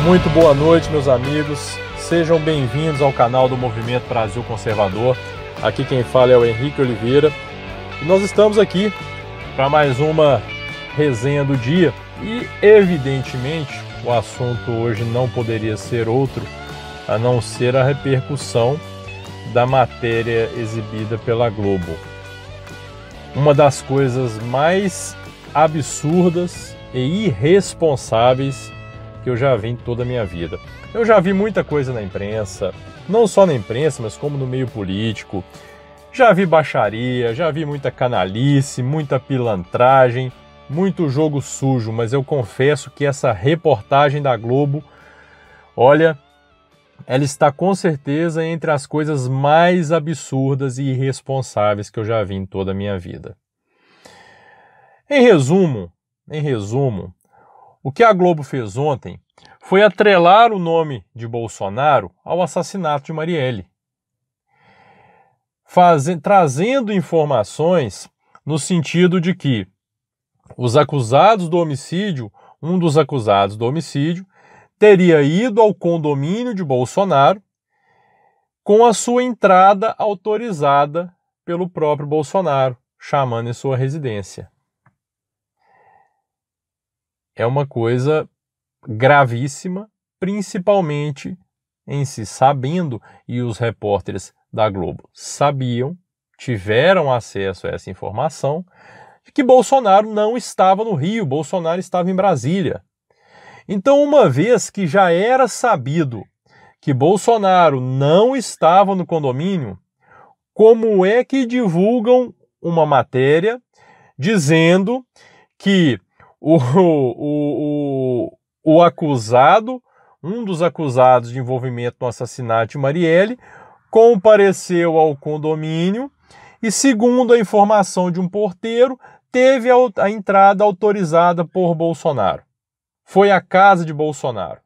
Muito boa noite, meus amigos. Sejam bem-vindos ao canal do Movimento Brasil Conservador. Aqui quem fala é o Henrique Oliveira. E nós estamos aqui para mais uma resenha do dia. E, evidentemente, o assunto hoje não poderia ser outro, a não ser a repercussão da matéria exibida pela Globo. Uma das coisas mais absurdas e irresponsáveis que eu já vi em toda a minha vida. Eu já vi muita coisa na imprensa, não só na imprensa, mas como no meio político. Já vi baixaria, já vi muita canalice, muita pilantragem, muito jogo sujo, mas eu confesso que essa reportagem da Globo, olha, ela está com certeza entre as coisas mais absurdas e irresponsáveis que eu já vi em toda a minha vida. Em resumo, o que a Globo fez ontem foi atrelar o nome de Bolsonaro ao assassinato de Marielle, trazendo informações no sentido de que os acusados do homicídio, um dos acusados do homicídio, teria ido ao condomínio de Bolsonaro com a sua entrada autorizada pelo próprio Bolsonaro, chamando em sua residência. É uma coisa gravíssima, principalmente em se sabendo, e os repórteres da Globo sabiam, tiveram acesso a essa informação, de que Bolsonaro não estava no Rio, Bolsonaro estava em Brasília. Então, uma vez que já era sabido que Bolsonaro não estava no condomínio, como é que divulgam uma matéria dizendo que o acusado, um dos acusados de envolvimento no assassinato de Marielle, compareceu ao condomínio e, segundo a informação de um porteiro, teve a entrada autorizada por Bolsonaro. Foi à casa de Bolsonaro.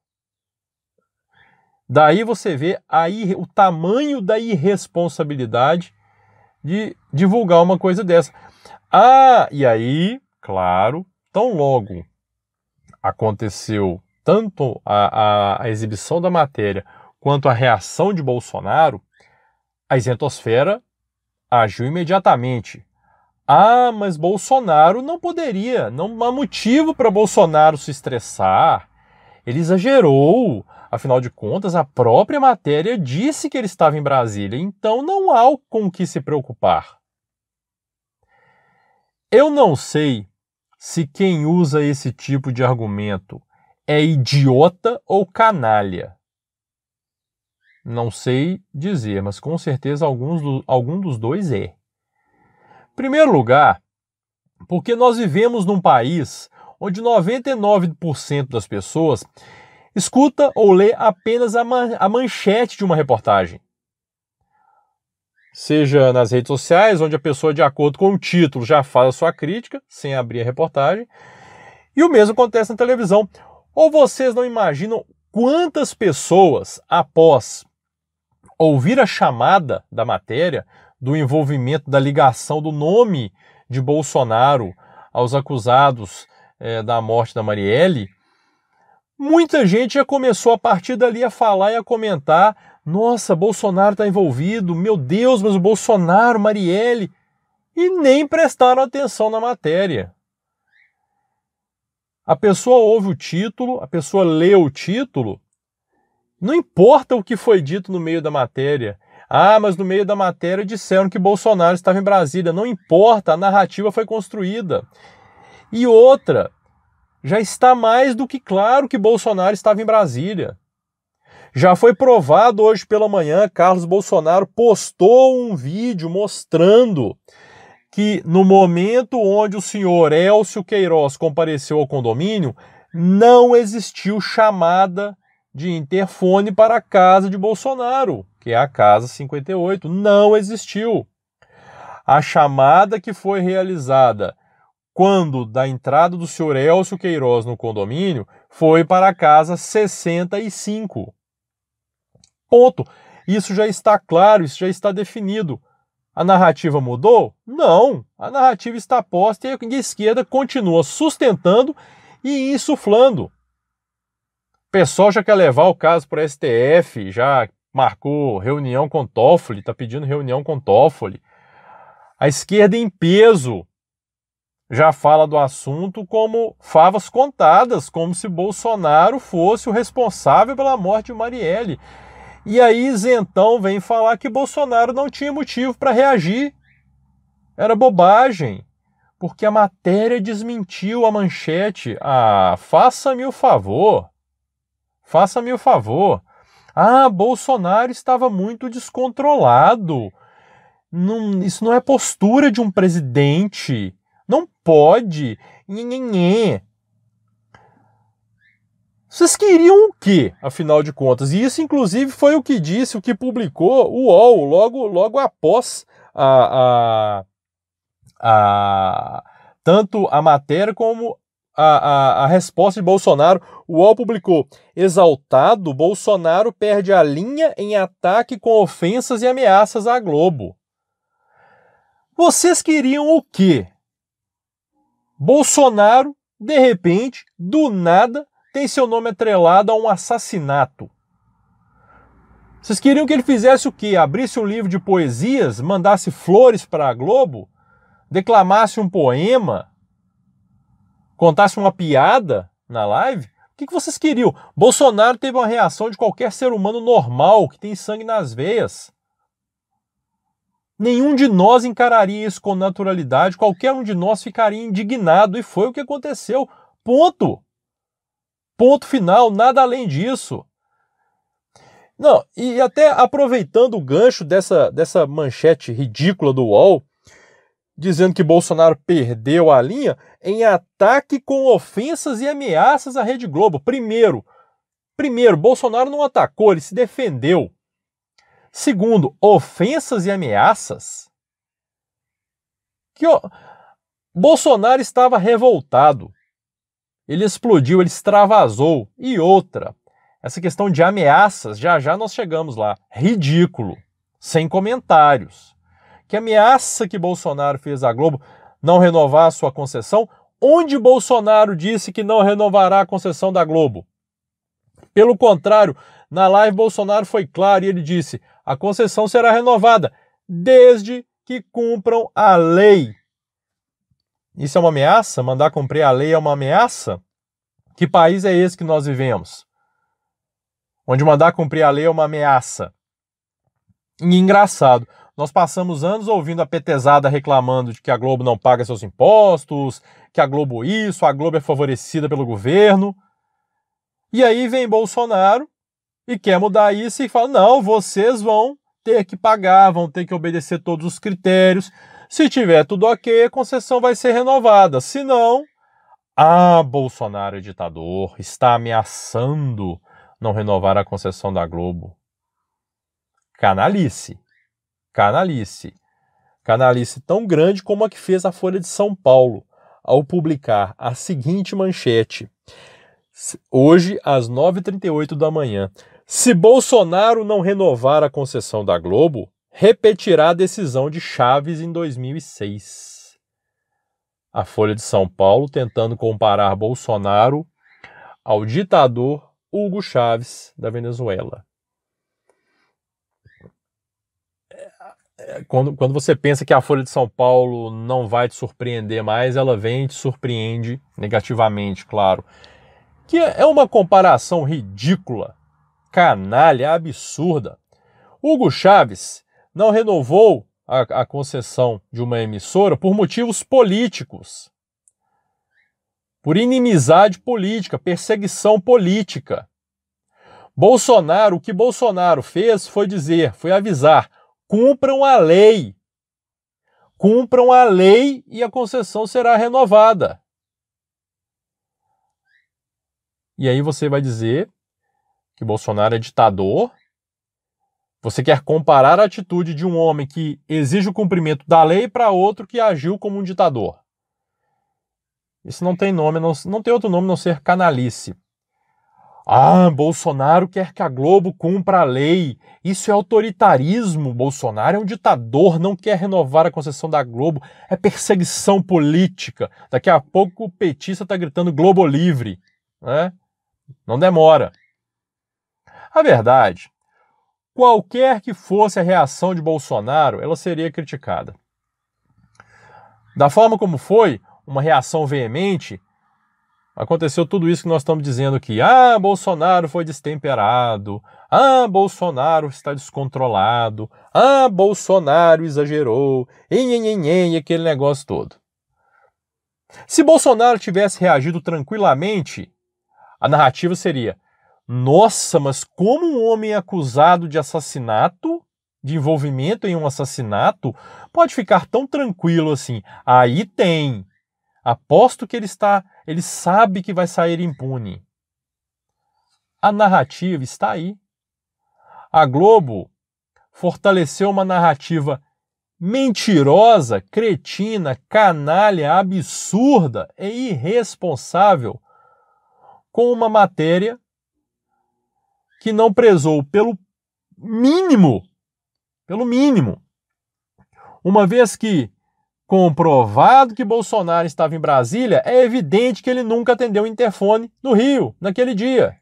Daí você vê o tamanho da irresponsabilidade de divulgar uma coisa dessa. E aí, claro, tão logo aconteceu tanto a exibição da matéria quanto a reação de Bolsonaro, a isentosfera agiu imediatamente. Mas Bolsonaro não poderia, não há motivo para Bolsonaro se estressar. Ele exagerou. Afinal de contas, a própria matéria disse que ele estava em Brasília, então não há com o que se preocupar. Eu não sei se quem usa esse tipo de argumento é idiota ou canalha. Não sei dizer, mas com certeza algum dos dois é. Em primeiro lugar, porque nós vivemos num país onde 99% das pessoas escuta ou lê apenas a manchete de uma reportagem. Seja nas redes sociais, onde a pessoa, de acordo com o título, já faz a sua crítica, sem abrir a reportagem. E o mesmo acontece na televisão. Ou vocês não imaginam quantas pessoas, após ouvir a chamada da matéria, do envolvimento, da ligação do nome de Bolsonaro aos acusados da morte da Marielle, muita gente já começou a partir dali a falar e a comentar: nossa, Bolsonaro está envolvido, meu Deus, mas o Bolsonaro, Marielle, e nem prestaram atenção na matéria. A pessoa ouve o título, a pessoa lê o título, não importa o que foi dito no meio da matéria. Mas no meio da matéria disseram que Bolsonaro estava em Brasília. Não importa, a narrativa foi construída. E outra, já está mais do que claro que Bolsonaro estava em Brasília. Já foi provado hoje pela manhã, Carlos Bolsonaro postou um vídeo mostrando que no momento onde o senhor Elcio Queiroz compareceu ao condomínio, não existiu chamada de interfone para a casa de Bolsonaro, que é a Casa 58. Não existiu. A chamada que foi realizada quando da entrada do senhor Elcio Queiroz no condomínio foi para a Casa 65. Ponto. Isso já está claro, isso já está definido. A narrativa mudou? Não. A narrativa está posta e a esquerda continua sustentando e insuflando. pessoal já quer levar o caso para o STF, já marcou reunião com Toffoli, está pedindo reunião com Toffoli. A esquerda em peso já fala do assunto como favas contadas, como se Bolsonaro fosse o responsável pela morte de Marielle. E aí isentão vem falar que Bolsonaro não tinha motivo para reagir. Era bobagem, porque a matéria desmentiu a manchete. Ah, faça-me o favor. Faça-me o favor. Ah, Bolsonaro estava muito descontrolado. Isso não é postura de um presidente. Não pode. Nhenhenhê. Vocês queriam o quê, afinal de contas? E isso, inclusive, foi o que disse, o que publicou o UOL, logo após tanto a matéria como a resposta de Bolsonaro. O UOL publicou: exaltado, Bolsonaro perde a linha em ataque com ofensas e ameaças à Globo. Vocês queriam o quê? Bolsonaro, de repente, do nada, tem seu nome atrelado a um assassinato. Vocês queriam que ele fizesse o quê? Abrisse um livro de poesias, mandasse flores para a Globo, declamasse um poema, contasse uma piada na live? O que vocês queriam? Bolsonaro teve uma reação de qualquer ser humano normal, que tem sangue nas veias. Nenhum de nós encararia isso com naturalidade, qualquer um de nós ficaria indignado, e foi o que aconteceu. Ponto. Ponto final, nada além disso. Não, e até aproveitando o gancho dessa manchete ridícula do UOL, dizendo que Bolsonaro perdeu a linha em ataque com ofensas e ameaças à Rede Globo. Primeiro, Bolsonaro não atacou, ele se defendeu. Segundo, ofensas e ameaças. Bolsonaro estava revoltado. Ele explodiu, ele extravasou. E outra, essa questão de ameaças, já nós chegamos lá. Ridículo, sem comentários. Que ameaça que Bolsonaro fez à Globo não renovar a sua concessão? Onde Bolsonaro disse que não renovará a concessão da Globo? Pelo contrário, na live Bolsonaro foi claro e ele disse: a concessão será renovada desde que cumpram a lei. Isso é uma ameaça? Mandar cumprir a lei é uma ameaça? Que país é esse que nós vivemos? Onde mandar cumprir a lei é uma ameaça. E engraçado, nós passamos anos ouvindo a petezada reclamando de que a Globo não paga seus impostos, que a Globo a Globo é favorecida pelo governo. E aí vem Bolsonaro e quer mudar isso e fala: não, vocês vão ter que pagar, vão ter que obedecer todos os critérios. Se tiver tudo ok, a concessão vai ser renovada. Se não, Bolsonaro é ditador, está ameaçando não renovar a concessão da Globo. Canalice. Canalice. Canalice tão grande como a que fez a Folha de São Paulo, ao publicar a seguinte manchete. Hoje, às 9h38 da manhã. Se Bolsonaro não renovar a concessão da Globo, repetirá a decisão de Chaves em 2006. A Folha de São Paulo tentando comparar Bolsonaro ao ditador Hugo Chávez da Venezuela. Quando você pensa que a Folha de São Paulo não vai te surpreender mais, ela vem e te surpreende negativamente, claro. Que é uma comparação ridícula, canalha, absurda. Hugo Chávez não renovou a concessão de uma emissora por motivos políticos, por inimizade política, perseguição política. Bolsonaro, o que Bolsonaro fez foi avisar: cumpram a lei. Cumpram a lei e a concessão será renovada. E aí você vai dizer que Bolsonaro é ditador? Você quer comparar a atitude de um homem que exige o cumprimento da lei para outro que agiu como um ditador? Isso não tem nome, não tem outro nome a não ser canalice. Bolsonaro quer que a Globo cumpra a lei. Isso é autoritarismo. Bolsonaro é um ditador, não quer renovar a concessão da Globo. É perseguição política. Daqui a pouco o petista está gritando Globo livre, né? Não demora. A verdade, qualquer que fosse a reação de Bolsonaro, ela seria criticada. Da forma como foi, uma reação veemente, aconteceu tudo isso que nós estamos dizendo aqui. Ah, Bolsonaro foi destemperado. Ah, Bolsonaro está descontrolado. Ah, Bolsonaro exagerou. E aquele negócio todo. Se Bolsonaro tivesse reagido tranquilamente, a narrativa seria: nossa, mas como um homem acusado de assassinato, de envolvimento em um assassinato, pode ficar tão tranquilo assim? Aí tem. Aposto que ele sabe que vai sair impune. A narrativa está aí. A Globo fortaleceu uma narrativa mentirosa, cretina, canalha, absurda e irresponsável com uma matéria que não prezou pelo mínimo, uma vez que comprovado que Bolsonaro estava em Brasília, é evidente que ele nunca atendeu o interfone no Rio, naquele dia.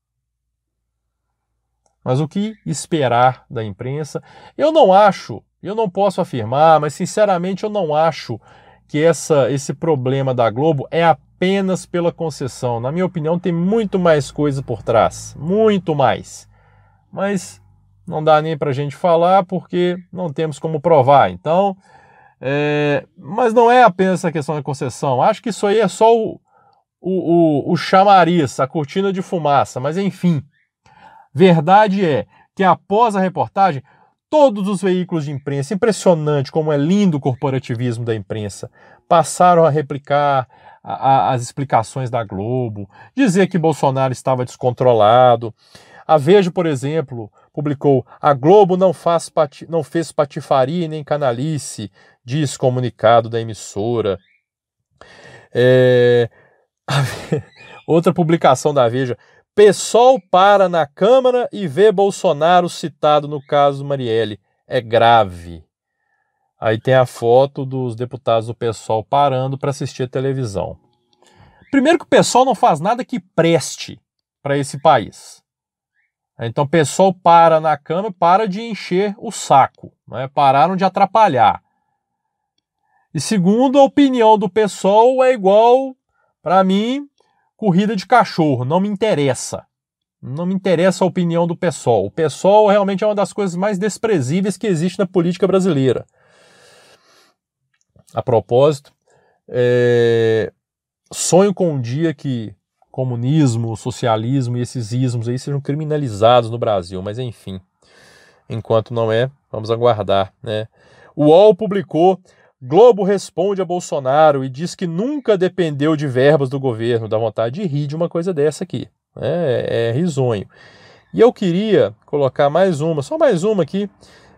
Mas o que esperar da imprensa? Eu não posso afirmar, mas sinceramente eu não acho que esse problema da Globo é apenas pela concessão. Na minha opinião, tem muito mais coisa por trás, muito mais. Mas não dá nem pra gente falar porque não temos como provar. Então, mas não é apenas essa questão da concessão. Acho que isso aí é só o chamariz, a cortina de fumaça. Mas enfim, verdade é que após a reportagem, todos os veículos de imprensa, impressionante como é lindo o corporativismo da imprensa, passaram a replicar as explicações da Globo, dizer que Bolsonaro estava descontrolado. A Veja, por exemplo, publicou: a Globo não fez patifaria e nem canalice, diz comunicado da emissora. Outra publicação da Veja: PSOL para na Câmara e vê Bolsonaro citado no caso Marielle. É grave. Aí tem a foto dos deputados do PSOL parando para assistir a televisão. Primeiro que o PSOL não faz nada que preste para esse país. Então o PSOL para na Câmara, para de encher o saco, né? Pararam de atrapalhar. E segundo, a opinião do PSOL é igual, para mim, corrida de cachorro. Não me interessa. Não me interessa a opinião do PSOL. O PSOL realmente é uma das coisas mais desprezíveis que existe na política brasileira. A propósito, sonho com um dia que comunismo, socialismo e esses ismos aí sejam criminalizados no Brasil, mas enfim, enquanto não é, vamos aguardar, né? O UOL publicou: Globo responde a Bolsonaro e diz que nunca dependeu de verbas do governo. Dá vontade de rir de uma coisa dessa aqui, é risonho. E eu queria colocar só mais uma aqui,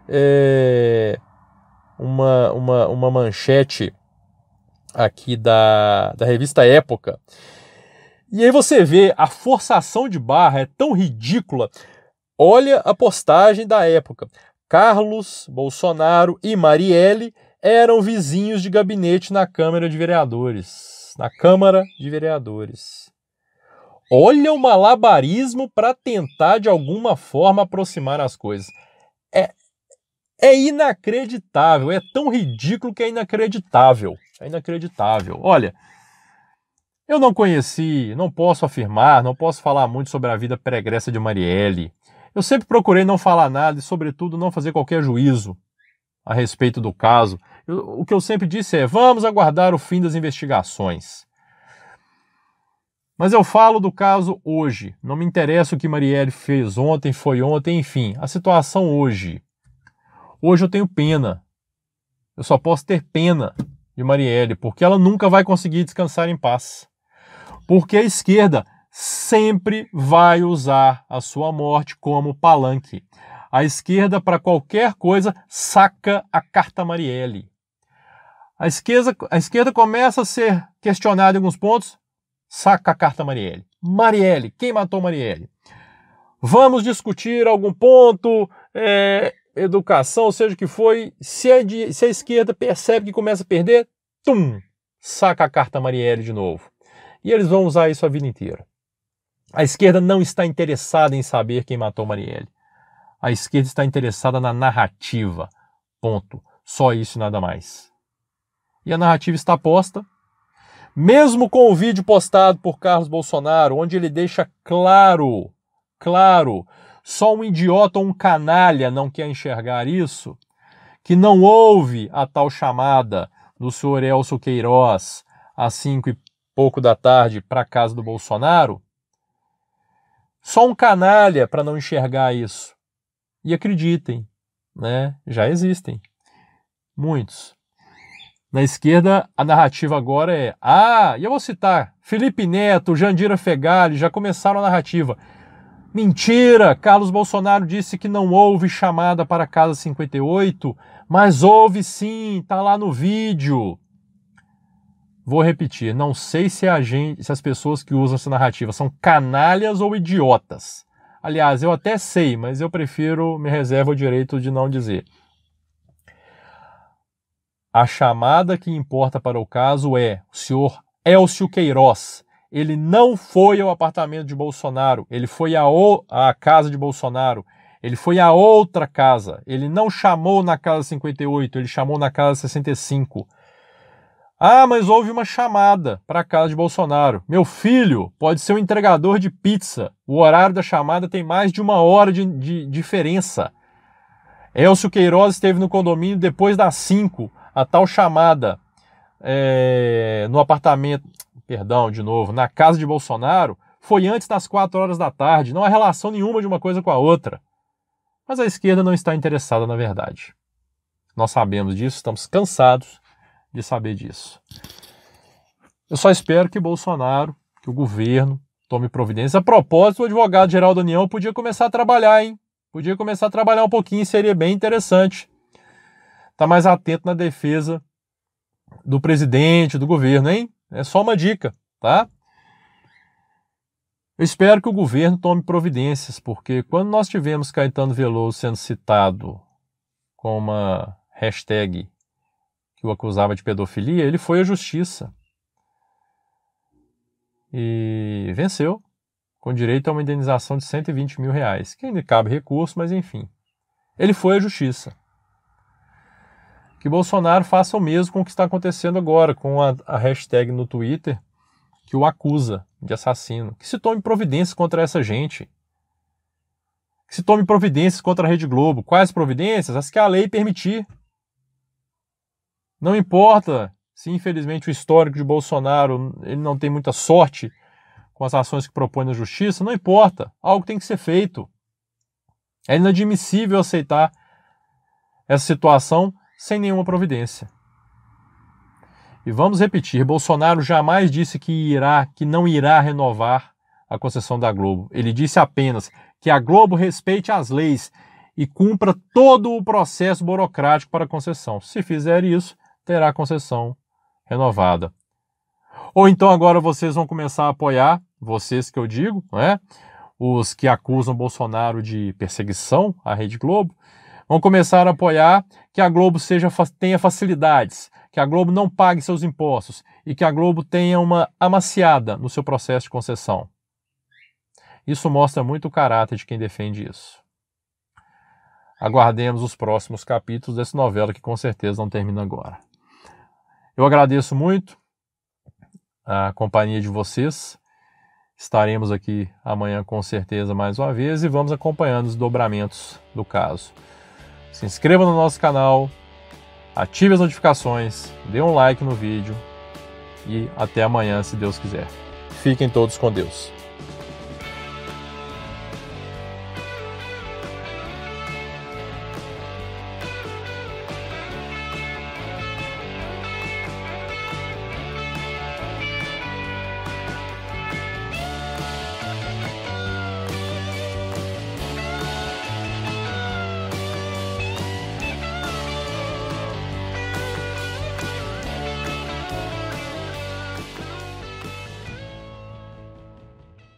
uma manchete aqui da revista Época. E aí você vê, a forçação de barra é tão ridícula. Olha a postagem da Época: Carlos Bolsonaro e Marielle eram vizinhos de gabinete na Câmara de Vereadores. Olha o malabarismo para tentar de alguma forma aproximar as coisas. É inacreditável, é tão ridículo que é inacreditável. Olha, eu não conheci, não posso afirmar, não posso falar muito sobre a vida pregressa de Marielle. Eu sempre procurei não falar nada e, sobretudo, não fazer qualquer juízo a respeito do caso. O que eu sempre disse é: vamos aguardar o fim das investigações. Mas eu falo do caso hoje. Não me interessa o que Marielle fez ontem, foi ontem, enfim. A situação hoje. Hoje eu tenho pena. Eu só posso ter pena de Marielle, porque ela nunca vai conseguir descansar em paz. Porque a esquerda sempre vai usar a sua morte como palanque. A esquerda, para qualquer coisa, saca a carta Marielle. A esquerda começa a ser questionada em alguns pontos, saca a carta Marielle. Marielle, quem matou Marielle? Vamos discutir algum ponto, educação, seja o que foi. Se a esquerda percebe que começa a perder, saca a carta Marielle de novo. E eles vão usar isso a vida inteira. A esquerda não está interessada em saber quem matou Marielle. A esquerda está interessada na narrativa. Ponto. Só isso e nada mais. E a narrativa está posta. Mesmo com o vídeo postado por Carlos Bolsonaro, onde ele deixa claro, só um idiota ou um canalha não quer enxergar isso, que não houve a tal chamada do senhor Elcio Queiroz às 5 e pouco da tarde para a casa do Bolsonaro, só um canalha para não enxergar isso. E acreditem, né? Já existem muitos. Na esquerda, a narrativa agora é... e eu vou citar, Felipe Neto, Jandira Fegali, já começaram a narrativa. Mentira! Carlos Bolsonaro disse que não houve chamada para a Casa 58, mas houve sim, tá lá no vídeo. Vou repetir, não sei se as pessoas que usam essa narrativa são canalhas ou idiotas. Aliás, eu até sei, mas eu me reservo o direito de não dizer. A chamada que importa para o caso é o senhor Elcio Queiroz. Ele não foi ao apartamento de Bolsonaro, ele foi à casa de Bolsonaro, ele foi a outra casa. Ele não chamou na casa 58, ele chamou na casa 65. Mas houve uma chamada para a casa de Bolsonaro. Meu filho pode ser um entregador de pizza. O horário da chamada tem mais de 1 hora de diferença. Elcio Queiroz esteve no condomínio depois das 5. A tal chamada no apartamento, na casa de Bolsonaro, foi antes das 4 horas da tarde. Não há relação nenhuma de uma coisa com a outra. Mas a esquerda não está interessada na verdade. Nós sabemos disso, estamos cansados de saber disso. Eu só espero que Bolsonaro, que o governo tome providência. A propósito, o advogado-geral da União podia começar a trabalhar, hein? Podia começar a trabalhar um pouquinho, seria bem interessante. Tá mais atento na defesa do presidente, do governo, hein? É só uma dica, tá? Eu espero que o governo tome providências, porque quando nós tivemos Caetano Veloso sendo citado com uma hashtag que o acusava de pedofilia, ele foi à justiça e venceu, com direito a uma indenização de R$120 mil, que ainda cabe recurso, mas enfim. Ele foi à justiça. Que Bolsonaro faça o mesmo com o que está acontecendo agora, com a hashtag no Twitter que o acusa de assassino. Que se tome providências contra essa gente. Que se tome providências contra a Rede Globo. Quais providências? As que a lei permitir. Não importa se, infelizmente, o histórico de Bolsonaro ele não tem muita sorte com as ações que propõe na justiça, não importa. Algo tem que ser feito. É inadmissível aceitar essa situação sem nenhuma providência. E vamos repetir, Bolsonaro jamais disse que não irá renovar a concessão da Globo. Ele disse apenas que a Globo respeite as leis e cumpra todo o processo burocrático para a concessão. Se fizer isso, terá a concessão renovada. Ou então agora vocês vão começar a apoiar, vocês que eu digo, não é? Os que acusam Bolsonaro de perseguição à Rede Globo, vão começar a apoiar que a Globo tenha facilidades, que a Globo não pague seus impostos e que a Globo tenha uma amaciada no seu processo de concessão. Isso mostra muito o caráter de quem defende isso. Aguardemos os próximos capítulos dessa novela que com certeza não termina agora. Eu agradeço muito a companhia de vocês. Estaremos aqui amanhã com certeza mais uma vez e vamos acompanhando os dobramentos do caso. Se inscreva no nosso canal, ative as notificações, dê um like no vídeo e até amanhã, se Deus quiser. Fiquem todos com Deus.